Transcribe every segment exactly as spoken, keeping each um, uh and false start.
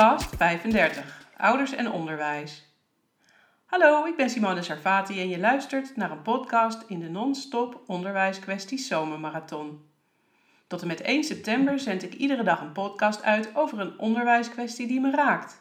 podcast vijfendertig, Ouders en Onderwijs. Hallo, ik ben Simone Sarfati en je luistert naar een podcast in de non-stop onderwijskwesties zomermarathon. Tot en met één september zend ik iedere dag een podcast uit over een onderwijskwestie die me raakt.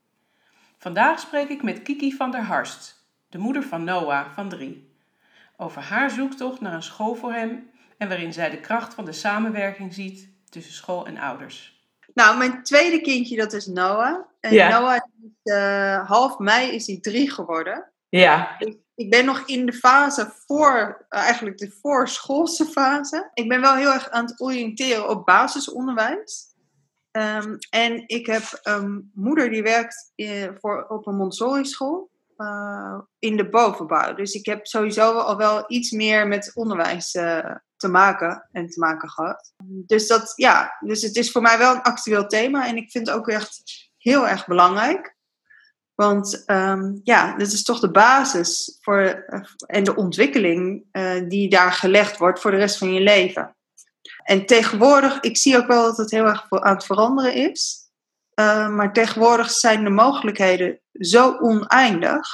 Vandaag spreek ik met Kiki van der Harst, de moeder van Noah van drie, over haar zoektocht naar een school voor hem en waarin zij de kracht van de samenwerking ziet tussen school en ouders. Nou, mijn tweede kindje, dat is Noah. En ja. Noah is uh, half mei is hij drie geworden. Ja. Ik, ik ben nog in de fase voor, uh, eigenlijk de voorschoolse fase. Ik ben wel heel erg aan het oriënteren op basisonderwijs. Um, en ik heb een moeder die werkt in, voor, op een Montessori school uh, in de bovenbouw. Dus ik heb sowieso al wel iets meer met onderwijs uh, te maken en te maken gehad. Dus, dat, ja, dus het is voor mij wel een actueel thema en ik vind het ook echt heel erg belangrijk. Want um, ja, dit is toch de basis voor, uh, en de ontwikkeling uh, die daar gelegd wordt voor de rest van je leven. En tegenwoordig, ik zie ook wel dat het heel erg aan het veranderen is. Uh, maar tegenwoordig zijn de mogelijkheden zo oneindig.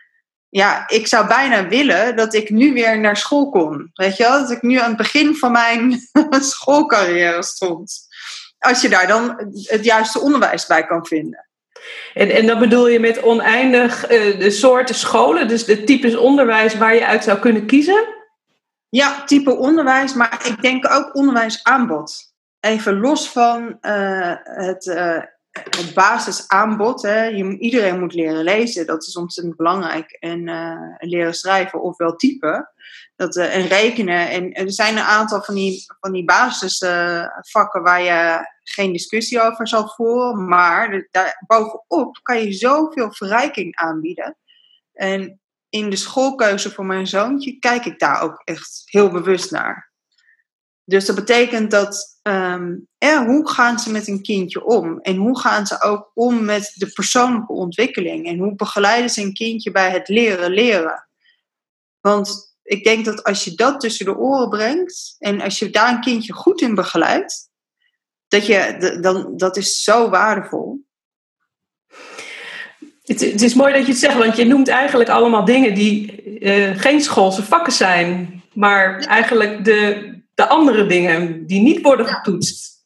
Ja, ik zou bijna willen dat ik nu weer naar school kon. Weet je wel? Dat ik nu aan het begin van mijn schoolcarrière stond. Als je daar dan het juiste onderwijs bij kan vinden. En, en dat bedoel je met oneindig uh, de soorten scholen? Dus de types onderwijs waar je uit zou kunnen kiezen? Ja, type onderwijs. Maar ik denk ook onderwijsaanbod. Even los van uh, het... Uh, Het basisaanbod, hè. Je, iedereen moet leren lezen, dat is ontzettend belangrijk. En uh, leren schrijven, ofwel typen. Dat, uh, en rekenen. En, en er zijn een aantal van die, van die basisvakken uh, waar je geen discussie over zal voeren. Maar daar bovenop kan je zoveel verrijking aanbieden. En in de schoolkeuze voor mijn zoontje kijk ik daar ook echt heel bewust naar. Dus dat betekent dat, um, eh, hoe gaan ze met een kindje om? En hoe gaan ze ook om met de persoonlijke ontwikkeling? En hoe begeleiden ze een kindje bij het leren leren? Want ik denk dat als je dat tussen de oren brengt, en als je daar een kindje goed in begeleidt, dat, je, dan, dat is zo waardevol. Het, het is mooi dat je het zegt, want je noemt eigenlijk allemaal dingen die uh, geen schoolse vakken zijn, maar eigenlijk de... de andere dingen die niet worden getoetst.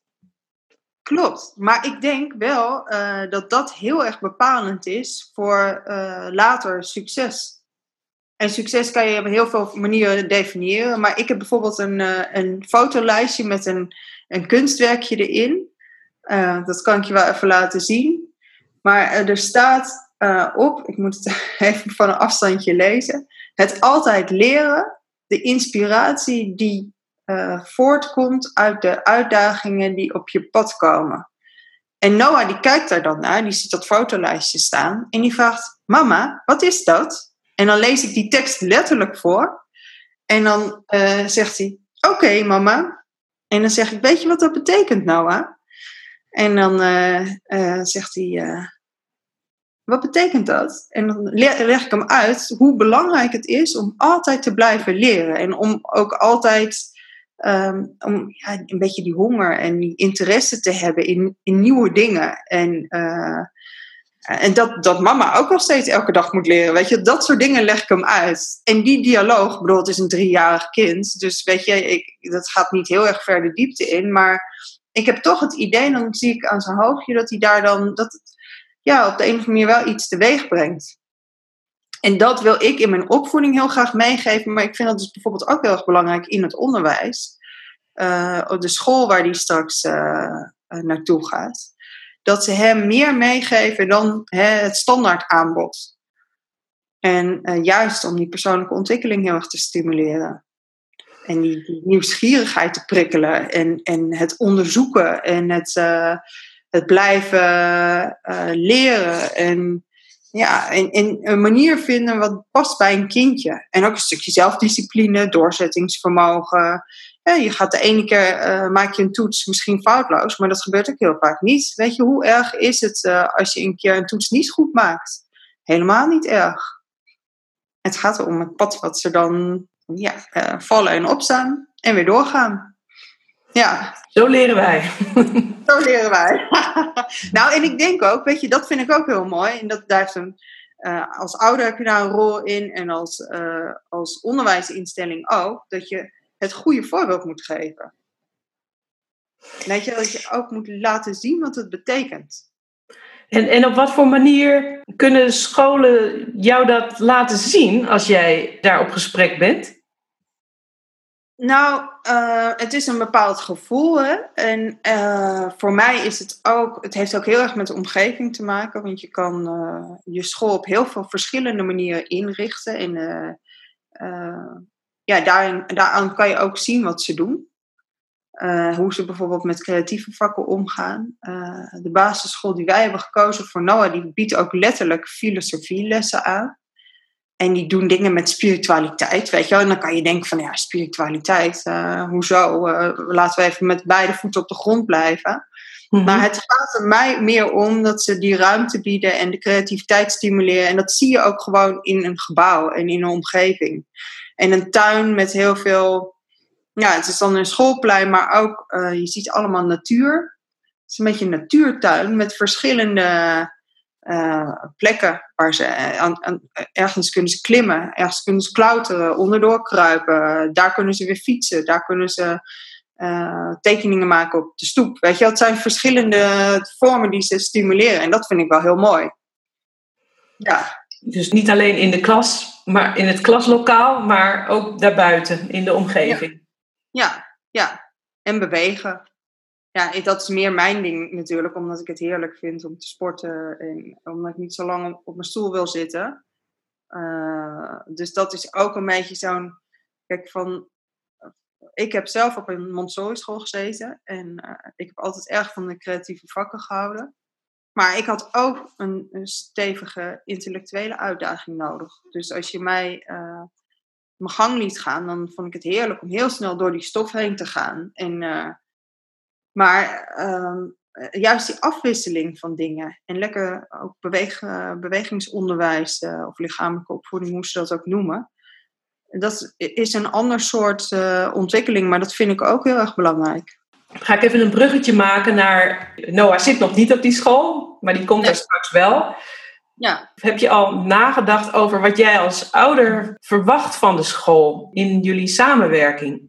Klopt, maar ik denk wel uh, dat dat heel erg bepalend is voor uh, later succes. En succes kan je op heel veel manieren definiëren, maar ik heb bijvoorbeeld een, uh, een fotolijstje met een, een kunstwerkje erin. Uh, dat kan ik je wel even laten zien. Maar uh, er staat uh, op, ik moet het even van een afstandje lezen, het altijd leren, de inspiratie die Uh, voortkomt uit de uitdagingen die op je pad komen. En Noah die kijkt daar dan naar, die ziet dat fotolijstje staan en die vraagt, mama, wat is dat? En dan lees ik die tekst letterlijk voor en dan uh, zegt hij, oké okay, mama. En dan zeg ik, weet je wat dat betekent, Noah? En dan uh, uh, zegt hij, uh, wat betekent dat? En dan leg ik hem uit hoe belangrijk het is om altijd te blijven leren en om ook altijd Um, om ja, een beetje die honger en die interesse te hebben in, in nieuwe dingen. En, uh, en dat, dat mama ook nog steeds elke dag moet leren. Weet je, dat soort dingen leg ik hem uit. En die dialoog, ik bedoel, het is een driejarig kind. Dus weet je, ik, dat gaat niet heel erg ver de diepte in. Maar ik heb toch het idee, dan zie ik aan zijn hoofdje, dat hij daar dan, dat het ja, op de een of andere manier wel iets teweeg brengt. En dat wil ik in mijn opvoeding heel graag meegeven. Maar ik vind dat dus bijvoorbeeld ook heel erg belangrijk in het onderwijs. Uh, op de school waar die straks uh, uh, naartoe gaat. Dat ze hem meer meegeven dan hè, het standaard aanbod. En uh, juist om die persoonlijke ontwikkeling heel erg te stimuleren. En die, die nieuwsgierigheid te prikkelen. En, en het onderzoeken. En het, uh, het blijven uh, leren. En... Ja, en, en een manier vinden wat past bij een kindje. En ook een stukje zelfdiscipline, doorzettingsvermogen. Ja, je gaat de ene keer, uh, maak je een toets misschien foutloos, maar dat gebeurt ook heel vaak niet. Weet je, hoe erg is het uh, als je een keer een toets niet goed maakt? Helemaal niet erg. Het gaat erom het pad wat ze dan ja, uh, vallen en opstaan en weer doorgaan. Ja. Zo leren wij. Zo leren wij. Nou, en ik denk ook, weet je, dat vind ik ook heel mooi. En dat, daar heeft een, uh, als ouder heb je daar een rol in. En als, uh, als onderwijsinstelling ook. Dat je het goede voorbeeld moet geven. Weet je, dat je ook moet laten zien wat het betekent. En, en op wat voor manier kunnen scholen jou dat laten zien als jij daar op gesprek bent? Nou, uh, het is een bepaald gevoel. Hè? En uh, voor mij is het ook, het heeft ook heel erg met de omgeving te maken. Want je kan uh, je school op heel veel verschillende manieren inrichten. En uh, uh, ja, daarin, daaraan kan je ook zien wat ze doen. Uh, hoe ze bijvoorbeeld met creatieve vakken omgaan. Uh, de basisschool die wij hebben gekozen voor Noah, die biedt ook letterlijk filosofielessen aan. En die doen dingen met spiritualiteit, weet je wel. En dan kan je denken van, ja, spiritualiteit, uh, hoezo? Uh, laten we even met beide voeten op de grond blijven. Mm-hmm. Maar het gaat er mij meer om dat ze die ruimte bieden en de creativiteit stimuleren. En dat zie je ook gewoon in een gebouw en in een omgeving. En een tuin met heel veel... Ja, het is dan een schoolplein, maar ook, uh, je ziet allemaal natuur. Het is een beetje een natuurtuin met verschillende uh, plekken waar ze uh, aan, aan, ergens kunnen ze klimmen, ergens kunnen ze klauteren, onderdoor kruipen. Daar kunnen ze weer fietsen, daar kunnen ze uh, tekeningen maken op de stoep. Weet je, het zijn verschillende vormen die ze stimuleren en dat vind ik wel heel mooi. Ja. Dus niet alleen in de klas, maar in het klaslokaal, maar ook daarbuiten in de omgeving. Ja. Ja, ja. En bewegen. Ja, dat is meer mijn ding natuurlijk, omdat ik het heerlijk vind om te sporten en omdat ik niet zo lang op mijn stoel wil zitten. Uh, dus dat is ook een beetje zo'n... Kijk, van... Ik heb zelf op een Montessori school gezeten en uh, ik heb altijd erg van de creatieve vakken gehouden. Maar ik had ook een, een stevige intellectuele uitdaging nodig. Dus als je mij... Uh, mijn gang liet gaan, dan vond ik het heerlijk om heel snel door die stof heen te gaan. En, uh, maar um, juist die afwisseling van dingen en lekker ook beweeg, uh, bewegingsonderwijs uh, of lichamelijke opvoeding, hoe ze dat ook noemen. Dat is een ander soort uh, ontwikkeling, maar dat vind ik ook heel erg belangrijk. Ga ik even een bruggetje maken naar... Noah zit nog niet op die school, maar die komt nee. er straks wel. Ja. Heb je al nagedacht over wat jij als ouder verwacht van de school in jullie samenwerking?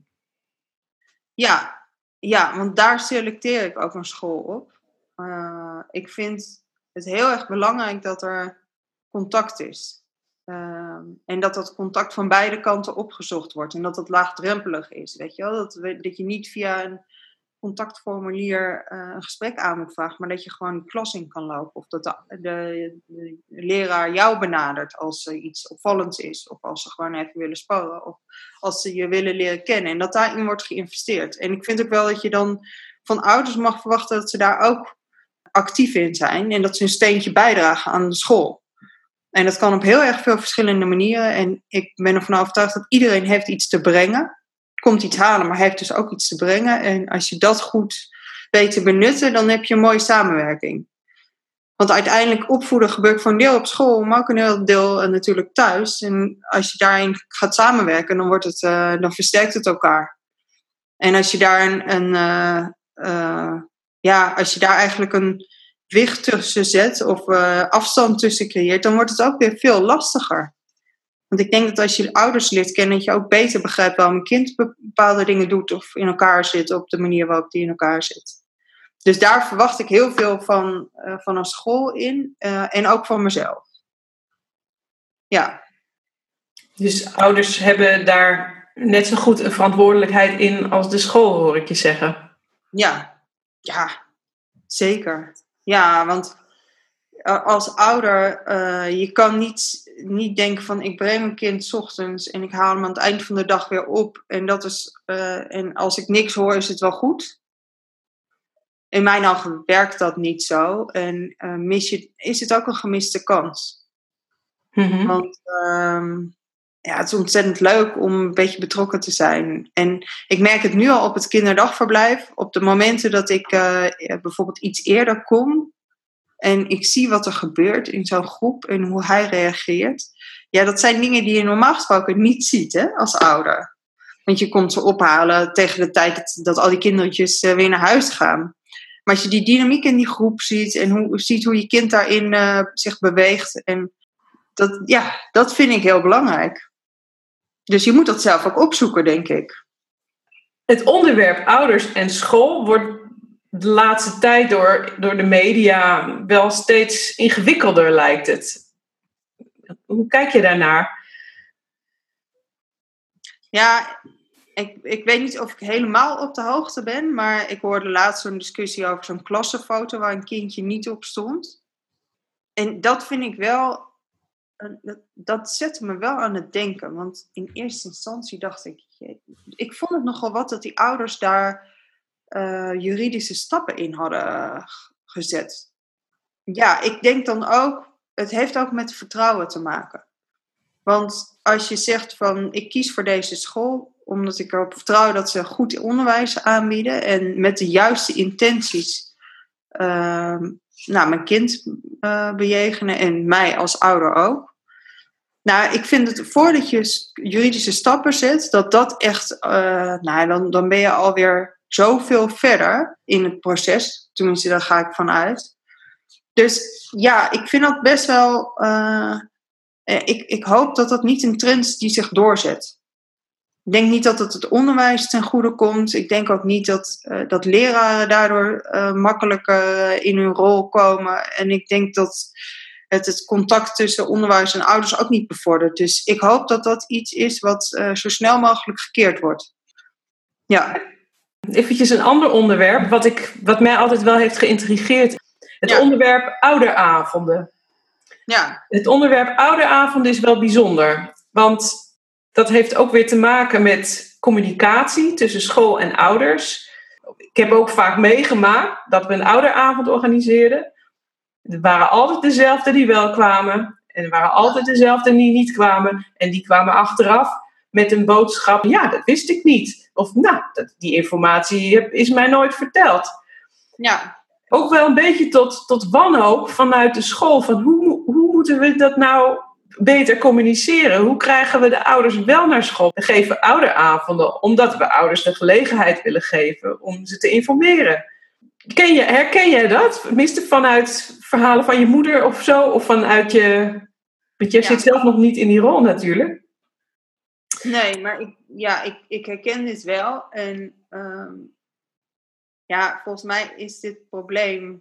Ja, ja, want daar selecteer ik ook een school op. Uh, ik vind het heel erg belangrijk dat er contact is. Uh, en dat dat contact van beide kanten opgezocht wordt. En dat dat laagdrempelig is, weet je wel? Dat, dat je niet via een contactformulier uh, een gesprek aan moet vragen, maar dat je gewoon de klas in kan lopen. Of dat de, de, de leraar jou benadert als er iets opvallends is. Of als ze gewoon even willen sparren. Of als ze je willen leren kennen. En dat daarin wordt geïnvesteerd. En ik vind ook wel dat je dan van ouders mag verwachten dat ze daar ook actief in zijn. En dat ze een steentje bijdragen aan de school. En dat kan op heel erg veel verschillende manieren. En ik ben ervan overtuigd dat iedereen heeft iets te brengen. Komt iets halen, maar heeft dus ook iets te brengen. En als je dat goed weet te benutten, dan heb je een mooie samenwerking. Want uiteindelijk opvoeden gebeurt voor een deel op school, maar ook een heel deel uh, natuurlijk thuis. En als je daarin gaat samenwerken, dan, wordt het, uh, dan versterkt het elkaar. En als je daar een, een uh, uh, ja, als je daar eigenlijk een wicht tussen zet of uh, afstand tussen creëert, dan wordt het ook weer veel lastiger. Want ik denk dat als je ouders leert kennen, dat je ook beter begrijpt waarom een kind bepaalde dingen doet of in elkaar zit op de manier waarop die in elkaar zit. Dus daar verwacht ik heel veel van, uh, van een school in uh, en ook van mezelf. Ja. Dus ouders hebben daar net zo goed een verantwoordelijkheid in als de school, hoor ik je zeggen. Ja, ja, zeker. Ja, want als ouder, uh, je kan niet, niet denken van ik breng mijn kind 's ochtends en ik haal hem aan het eind van de dag weer op. En, dat is, uh, en als ik niks hoor, is het wel goed. In mijn ogen werkt dat niet zo. En uh, mis je, is het ook een gemiste kans. Mm-hmm. Want um, ja, het is ontzettend leuk om een beetje betrokken te zijn. En ik merk het nu al op het kinderdagverblijf. Op de momenten dat ik uh, bijvoorbeeld iets eerder kom. En ik zie wat er gebeurt in zo'n groep en hoe hij reageert. Ja, dat zijn dingen die je normaal gesproken niet ziet, hè, als ouder. Want je komt ze ophalen tegen de tijd dat, dat al die kindertjes uh, weer naar huis gaan. Maar als je die dynamiek in die groep ziet en hoe, ziet hoe je kind daarin uh, zich beweegt, en dat, ja, dat vind ik heel belangrijk. Dus je moet dat zelf ook opzoeken, denk ik. Het onderwerp ouders en school wordt de laatste tijd door, door de media wel steeds ingewikkelder, lijkt het. Hoe kijk je daarnaar? Ja, ik, ik weet niet of ik helemaal op de hoogte ben, maar ik hoorde laatst zo'n discussie over zo'n klassenfoto waar een kindje niet op stond. En dat vind ik wel, dat, dat zette me wel aan het denken. Want in eerste instantie dacht ik, ik vond het nogal wat dat die ouders daar uh, juridische stappen in hadden gezet. Ja, ik denk dan ook, het heeft ook met vertrouwen te maken. Want als je zegt van, ik kies voor deze school omdat ik erop vertrouw dat ze goed onderwijs aanbieden en met de juiste intenties uh, nou, mijn kind uh, bejegenen en mij als ouder ook. Nou, ik vind het, voordat je juridische stappen zet, dat dat echt, uh, nou, dan, dan ben je alweer zoveel verder in het proces. Tenminste, daar ga ik van uit. Dus ja, ik vind dat best wel, uh, ik, ik hoop dat dat niet een trend is die zich doorzet. Ik denk niet dat het het onderwijs ten goede komt. Ik denk ook niet dat, uh, dat leraren daardoor uh, makkelijker uh, in hun rol komen. En ik denk dat het het contact tussen onderwijs en ouders ook niet bevordert. Dus ik hoop dat dat iets is wat uh, zo snel mogelijk gekeerd wordt. Ja. Eventjes een ander onderwerp, wat, ik, wat mij altijd wel heeft geïntrigeerd. Het ja. onderwerp ouderavonden. Ja. Het onderwerp ouderavonden is wel bijzonder. Want dat heeft ook weer te maken met communicatie tussen school en ouders. Ik heb ook vaak meegemaakt dat we een ouderavond organiseerden. Er waren altijd dezelfde die wel kwamen. En er waren altijd dezelfde die niet kwamen. En die kwamen achteraf met een boodschap. Ja, dat wist ik niet. Of nou, dat, die informatie is mij nooit verteld. Ja. Ook wel een beetje tot, tot wanhoop vanuit de school. Van hoe, hoe moeten we dat nou beter communiceren? Hoe krijgen we de ouders wel naar school? We geven ouderavonden omdat we ouders de gelegenheid willen geven om ze te informeren. Ken je, herken jij dat? Tenminste vanuit verhalen van je moeder of zo? Of vanuit je... Want jij ja. zit zelf nog niet in die rol natuurlijk. Nee, maar ik, ja, ik, ik herken dit wel. En um, ja, volgens mij is dit probleem...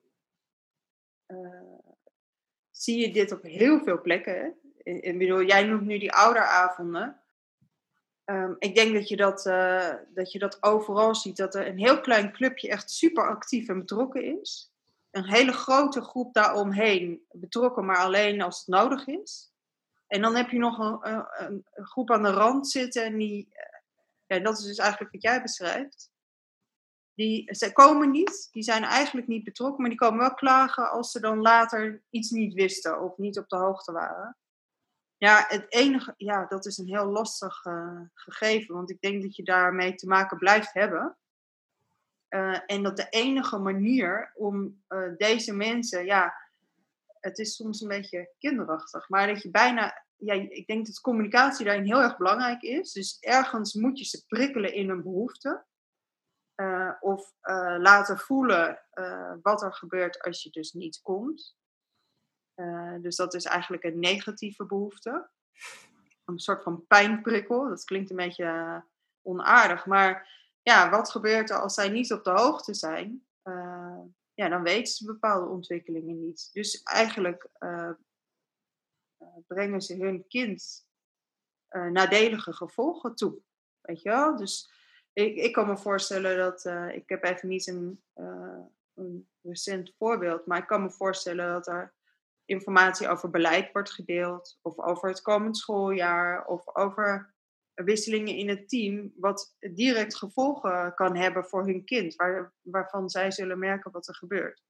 Uh, zie je dit op heel veel plekken. Hè? Ik, ik bedoel, jij noemt nu die ouderavonden. Um, ik denk dat je dat, uh, dat je dat overal ziet. Dat er een heel klein clubje echt super actief en betrokken is. Een hele grote groep daaromheen betrokken, maar alleen als het nodig is. En dan heb je nog een, een, een groep aan de rand zitten. En die, ja, dat is dus eigenlijk wat jij beschrijft. Die, ze komen niet, die zijn eigenlijk niet betrokken, maar die komen wel klagen als ze dan later iets niet wisten of niet op de hoogte waren. Ja, het enige, ja, dat is een heel lastig uh, gegeven, want ik denk dat je daarmee te maken blijft hebben. Uh, en dat de enige manier om uh, deze mensen, ja, het is soms een beetje kinderachtig, maar dat je bijna, ja, ik denk dat communicatie daarin heel erg belangrijk is. Dus ergens moet je ze prikkelen in hun behoeften. Uh, of uh, laten voelen uh, wat er gebeurt als je dus niet komt. Uh, dus dat is eigenlijk een negatieve behoefte. Een soort van pijnprikkel. Dat klinkt een beetje uh, onaardig. Maar ja, wat gebeurt er als zij niet op de hoogte zijn? Uh, ja, dan weten ze bepaalde ontwikkelingen niet. Dus eigenlijk uh, uh, brengen ze hun kind uh, nadelige gevolgen toe. Weet je wel? Dus ik, ik kan me voorstellen dat... Uh, ik heb even niet een, uh, een recent voorbeeld. Maar ik kan me voorstellen dat er informatie over beleid wordt gedeeld. Of over het komend schooljaar. Of over wisselingen in het team. Wat direct gevolgen kan hebben voor hun kind. Waar, waarvan zij zullen merken wat er gebeurt.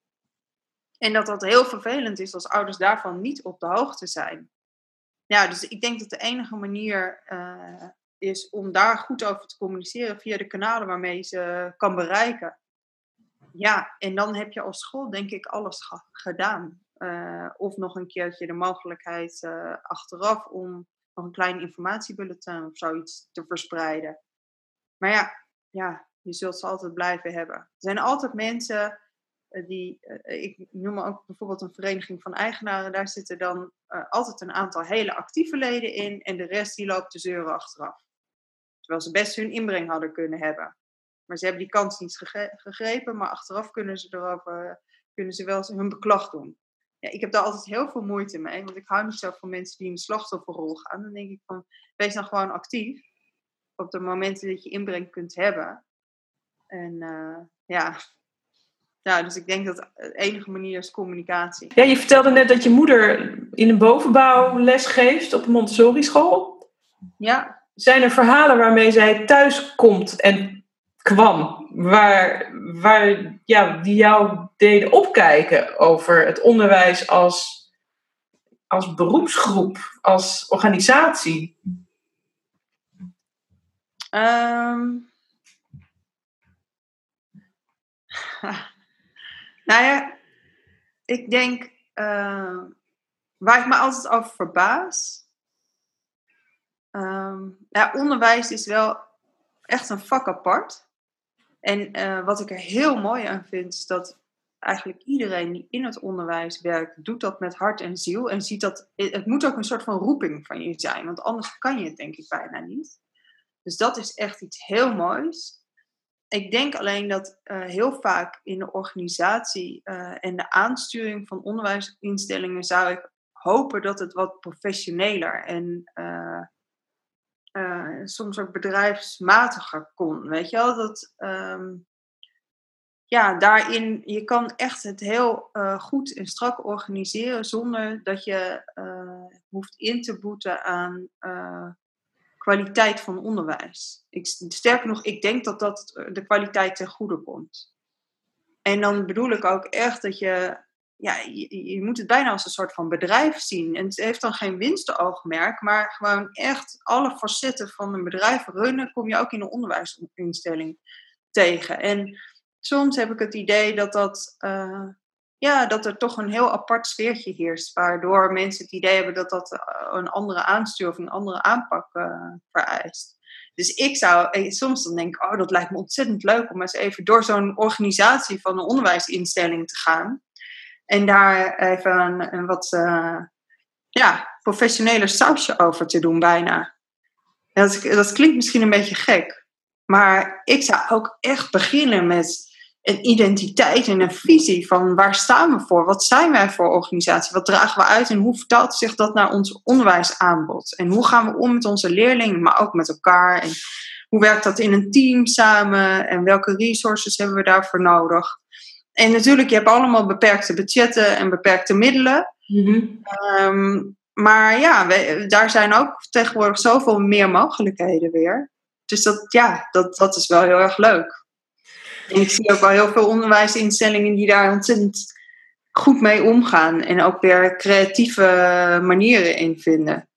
En dat dat heel vervelend is als ouders daarvan niet op de hoogte zijn. Ja, dus ik denk dat de enige manier uh, is om daar goed over te communiceren via de kanalen waarmee je ze kan bereiken. Ja, en dan heb je als school denk ik alles ga- gedaan. Uh, of nog een keertje de mogelijkheid uh, achteraf om nog een klein informatiebulletin of zoiets te verspreiden. Maar ja, ja, Je zult ze altijd blijven hebben. Er zijn altijd mensen uh, die, uh, ik noem ook bijvoorbeeld een vereniging van eigenaren, daar zitten dan uh, altijd een aantal hele actieve leden in en de rest die loopt de zeuren achteraf. Terwijl ze best hun inbreng hadden kunnen hebben. Maar ze hebben die kans niet gege- gegrepen, maar achteraf kunnen ze erover, kunnen ze wel hun beklag doen. Ja, ik heb daar altijd heel veel moeite mee, want ik hou niet zo van mensen die in de slachtofferrol gaan. Dan denk ik van, wees dan gewoon actief op de momenten dat je inbreng kunt hebben. En uh, ja... ja, dus ik denk dat de enige manier is communicatie. Ja, je vertelde net dat je moeder in een bovenbouw les geeft op een Montessori school. Ja. Zijn er verhalen waarmee zij thuis komt en kwam, waar, waar, ja, die jou deden opkijken over het onderwijs als, als beroepsgroep, als organisatie? Um, nou ja, ik denk, uh, waar ik me altijd over verbaas, um, ja, onderwijs is wel echt een vak apart. En uh, wat ik er heel mooi aan vind, is dat eigenlijk iedereen die in het onderwijs werkt, doet dat met hart en ziel. En ziet dat, het moet ook een soort van roeping van je zijn, want anders kan je het denk ik bijna niet. Dus dat is echt iets heel moois. Ik denk alleen dat uh, heel vaak in de organisatie uh, en de aansturing van onderwijsinstellingen zou ik hopen dat het wat professioneler en uh, uh, soms ook bedrijfsmatiger kon. Weet je wel, dat um, ja, daarin, je kan echt het heel uh, goed en strak organiseren zonder dat je uh, hoeft in te boeten aan uh, kwaliteit van onderwijs. Ik, sterker nog, ik denk dat dat de kwaliteit ten goede komt. En dan bedoel ik ook echt dat je, ja, je, je moet het bijna als een soort van bedrijf zien. En het heeft dan geen winstoogmerk, maar gewoon echt alle facetten van een bedrijf runnen, kom je ook in een onderwijsinstelling tegen. En soms heb ik het idee dat dat, uh, ja, dat er toch een heel apart sfeertje heerst, waardoor mensen het idee hebben dat dat een andere aanstuur of een andere aanpak uh, vereist. Dus ik zou, soms dan denk ik, oh, dat lijkt me ontzettend leuk om eens even door zo'n organisatie van een onderwijsinstelling te gaan. En daar even een, een wat uh, ja, professioneler sausje over te doen bijna. Dat, dat klinkt misschien een beetje gek. Maar ik zou ook echt beginnen met een identiteit en een visie van waar staan we voor? Wat zijn wij voor organisatie? Wat dragen we uit? En hoe vertaalt zich dat naar ons onderwijsaanbod? En hoe gaan we om met onze leerlingen, maar ook met elkaar? En hoe werkt dat in een team samen? En welke resources hebben we daarvoor nodig? En natuurlijk, je hebt allemaal beperkte budgetten en beperkte middelen. Mm-hmm. Um, maar ja, we, daar zijn ook tegenwoordig zoveel meer mogelijkheden weer. Dus dat, ja, dat, dat is wel heel erg leuk. En ik zie ook wel heel veel onderwijsinstellingen die daar ontzettend goed mee omgaan. En ook weer creatieve manieren in vinden.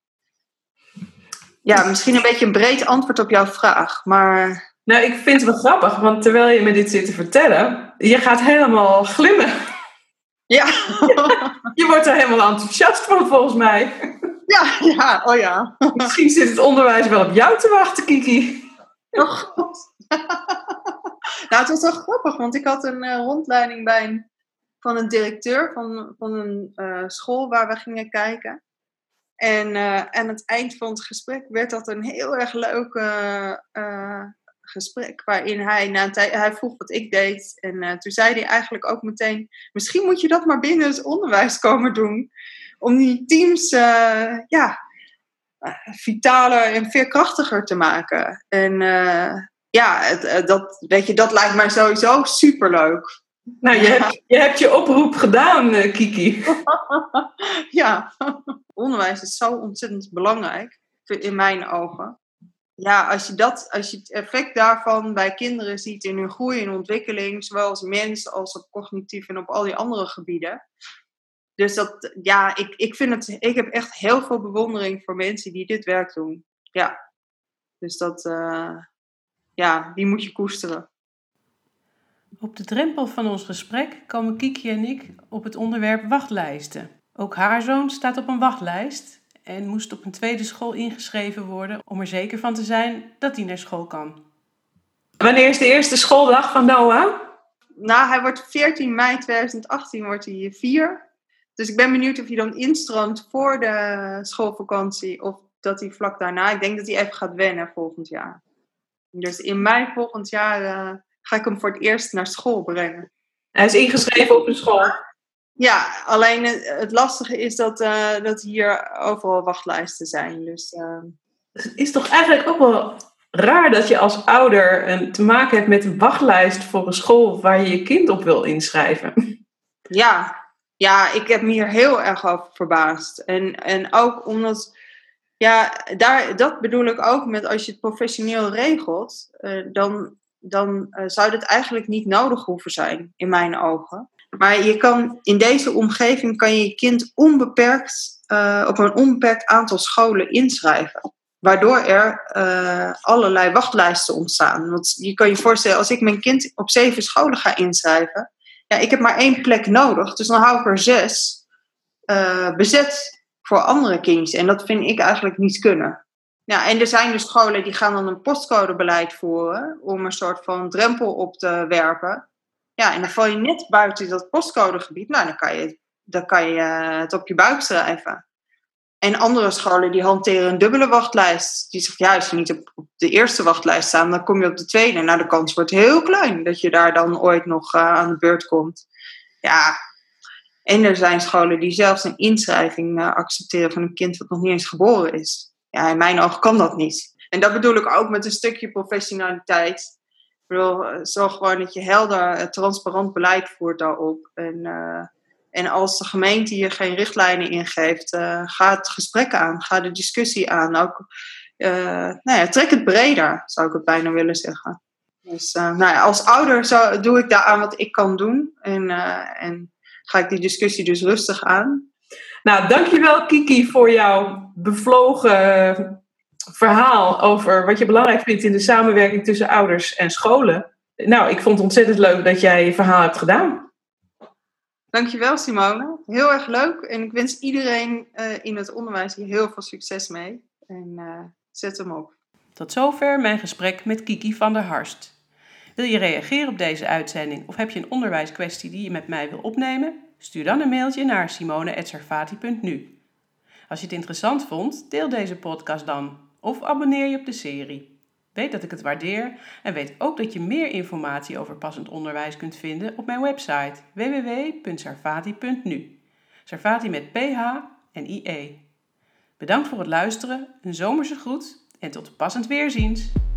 Ja, misschien een beetje een breed antwoord op jouw vraag. Maar... Nou, ik vind het wel grappig, want terwijl je me dit zit te vertellen, je gaat helemaal glimmen. Ja. Je wordt er helemaal enthousiast van, volgens mij. Ja, ja, oh ja. Misschien zit het onderwijs wel op jou te wachten, Kiki. Oh god. Nou, het was wel grappig, want ik had een uh, rondleiding bij een, van een directeur van, van een uh, school waar we gingen kijken. En uh, aan het eind van het gesprek werd dat een heel erg leuk uh, uh, gesprek. Waarin hij, na een tijd, hij vroeg wat ik deed. En uh, toen zei hij eigenlijk ook meteen, misschien moet je dat maar binnen het onderwijs komen doen. Om die teams uh, ja, uh, vitaler en veerkrachtiger te maken. En... Uh, Ja, het, dat, weet je, dat lijkt mij sowieso superleuk. Nou, je, ja. hebt, je hebt je oproep gedaan, Kiki. Ja, onderwijs is zo ontzettend belangrijk, in mijn ogen. Ja, als je, dat, als je het effect daarvan bij kinderen ziet in hun groei en ontwikkeling, zowel als mens als op cognitief en op al die andere gebieden. Dus dat, ja, ik, ik vind het, ik heb echt heel veel bewondering voor mensen die dit werk doen. Ja, dus dat... Uh, Ja, die moet je koesteren. Op de drempel van ons gesprek komen Kiki en ik op het onderwerp wachtlijsten. Ook haar zoon staat op een wachtlijst en moest op een tweede school ingeschreven worden om er zeker van te zijn dat hij naar school kan. Wanneer is de eerste schooldag van Noah? Nou, hij wordt veertien mei tweeduizend achttien wordt hij vier. Dus ik ben benieuwd of hij dan instroomt voor de schoolvakantie of dat hij vlak daarna. Ik denk dat hij even gaat wennen volgend jaar. Dus in mei volgend jaar uh, ga ik hem voor het eerst naar school brengen. Hij is ingeschreven op een school. Ja, alleen het, het lastige is dat, uh, dat hier overal wachtlijsten zijn. Dus, uh... Het is toch eigenlijk ook wel raar dat je als ouder een, te maken hebt met een wachtlijst voor een school waar je je kind op wil inschrijven. Ja, ja, ik heb me hier heel erg over verbaasd. En, en ook omdat, ja, daar, dat bedoel ik ook met als je het professioneel regelt, uh, dan, dan uh, zou dit eigenlijk niet nodig hoeven zijn, in mijn ogen. Maar je kan, in deze omgeving kan je je kind onbeperkt, uh, op een onbeperkt aantal scholen inschrijven. Waardoor er uh, allerlei wachtlijsten ontstaan. Want je kan je voorstellen, als ik mijn kind op zeven scholen ga inschrijven, ja, ik heb maar één plek nodig. Dus dan hou ik er zes uh, bezet voor andere kindjes. En dat vind ik eigenlijk niet kunnen. Ja, en er zijn dus scholen die gaan dan een postcodebeleid voeren om een soort van drempel op te werpen. Ja, en dan val je net buiten dat postcodegebied. Nou, dan kan je, dan kan je het op je buik schrijven. En andere scholen die hanteren een dubbele wachtlijst. Die zeggen, ja, als je niet op, op de eerste wachtlijst staat, dan kom je op de tweede. Nou, de kans wordt heel klein dat je daar dan ooit nog uh, aan de beurt komt. Ja, en er zijn scholen die zelfs een inschrijving uh, accepteren van een kind wat nog niet eens geboren is. Ja, in mijn ogen kan dat niet. En dat bedoel ik ook met een stukje professionaliteit. Ik bedoel, zorg gewoon dat je helder, transparant beleid voert daarop. En... Uh, En als de gemeente hier geen richtlijnen ingeeft, uh, ga het gesprek aan, ga de discussie aan. Ook, uh, nou ja, trek het breder, zou ik het bijna willen zeggen. Dus uh, nou ja, als ouder zou, doe ik daaraan wat ik kan doen. En, uh, en ga ik die discussie dus rustig aan. Nou, dankjewel Kiki voor jouw bevlogen verhaal over wat je belangrijk vindt in de samenwerking tussen ouders en scholen. Nou, ik vond het ontzettend leuk dat jij je verhaal hebt gedaan. Dankjewel Simone, heel erg leuk en ik wens iedereen uh, in het onderwijs hier heel veel succes mee en uh, zet hem op. Tot zover mijn gesprek met Kiki van der Harst. Wil je reageren op deze uitzending of heb je een onderwijskwestie die je met mij wil opnemen? Stuur dan een mailtje naar simone at sarfati punt n u. Als je het interessant vond, deel deze podcast dan of abonneer je op de serie. Weet dat ik het waardeer en weet ook dat je meer informatie over passend onderwijs kunt vinden op mijn website w w w punt sarfati punt n u. Sarfati met P H en I E. Bedankt voor het luisteren, een zomerse groet en tot passend weerziens!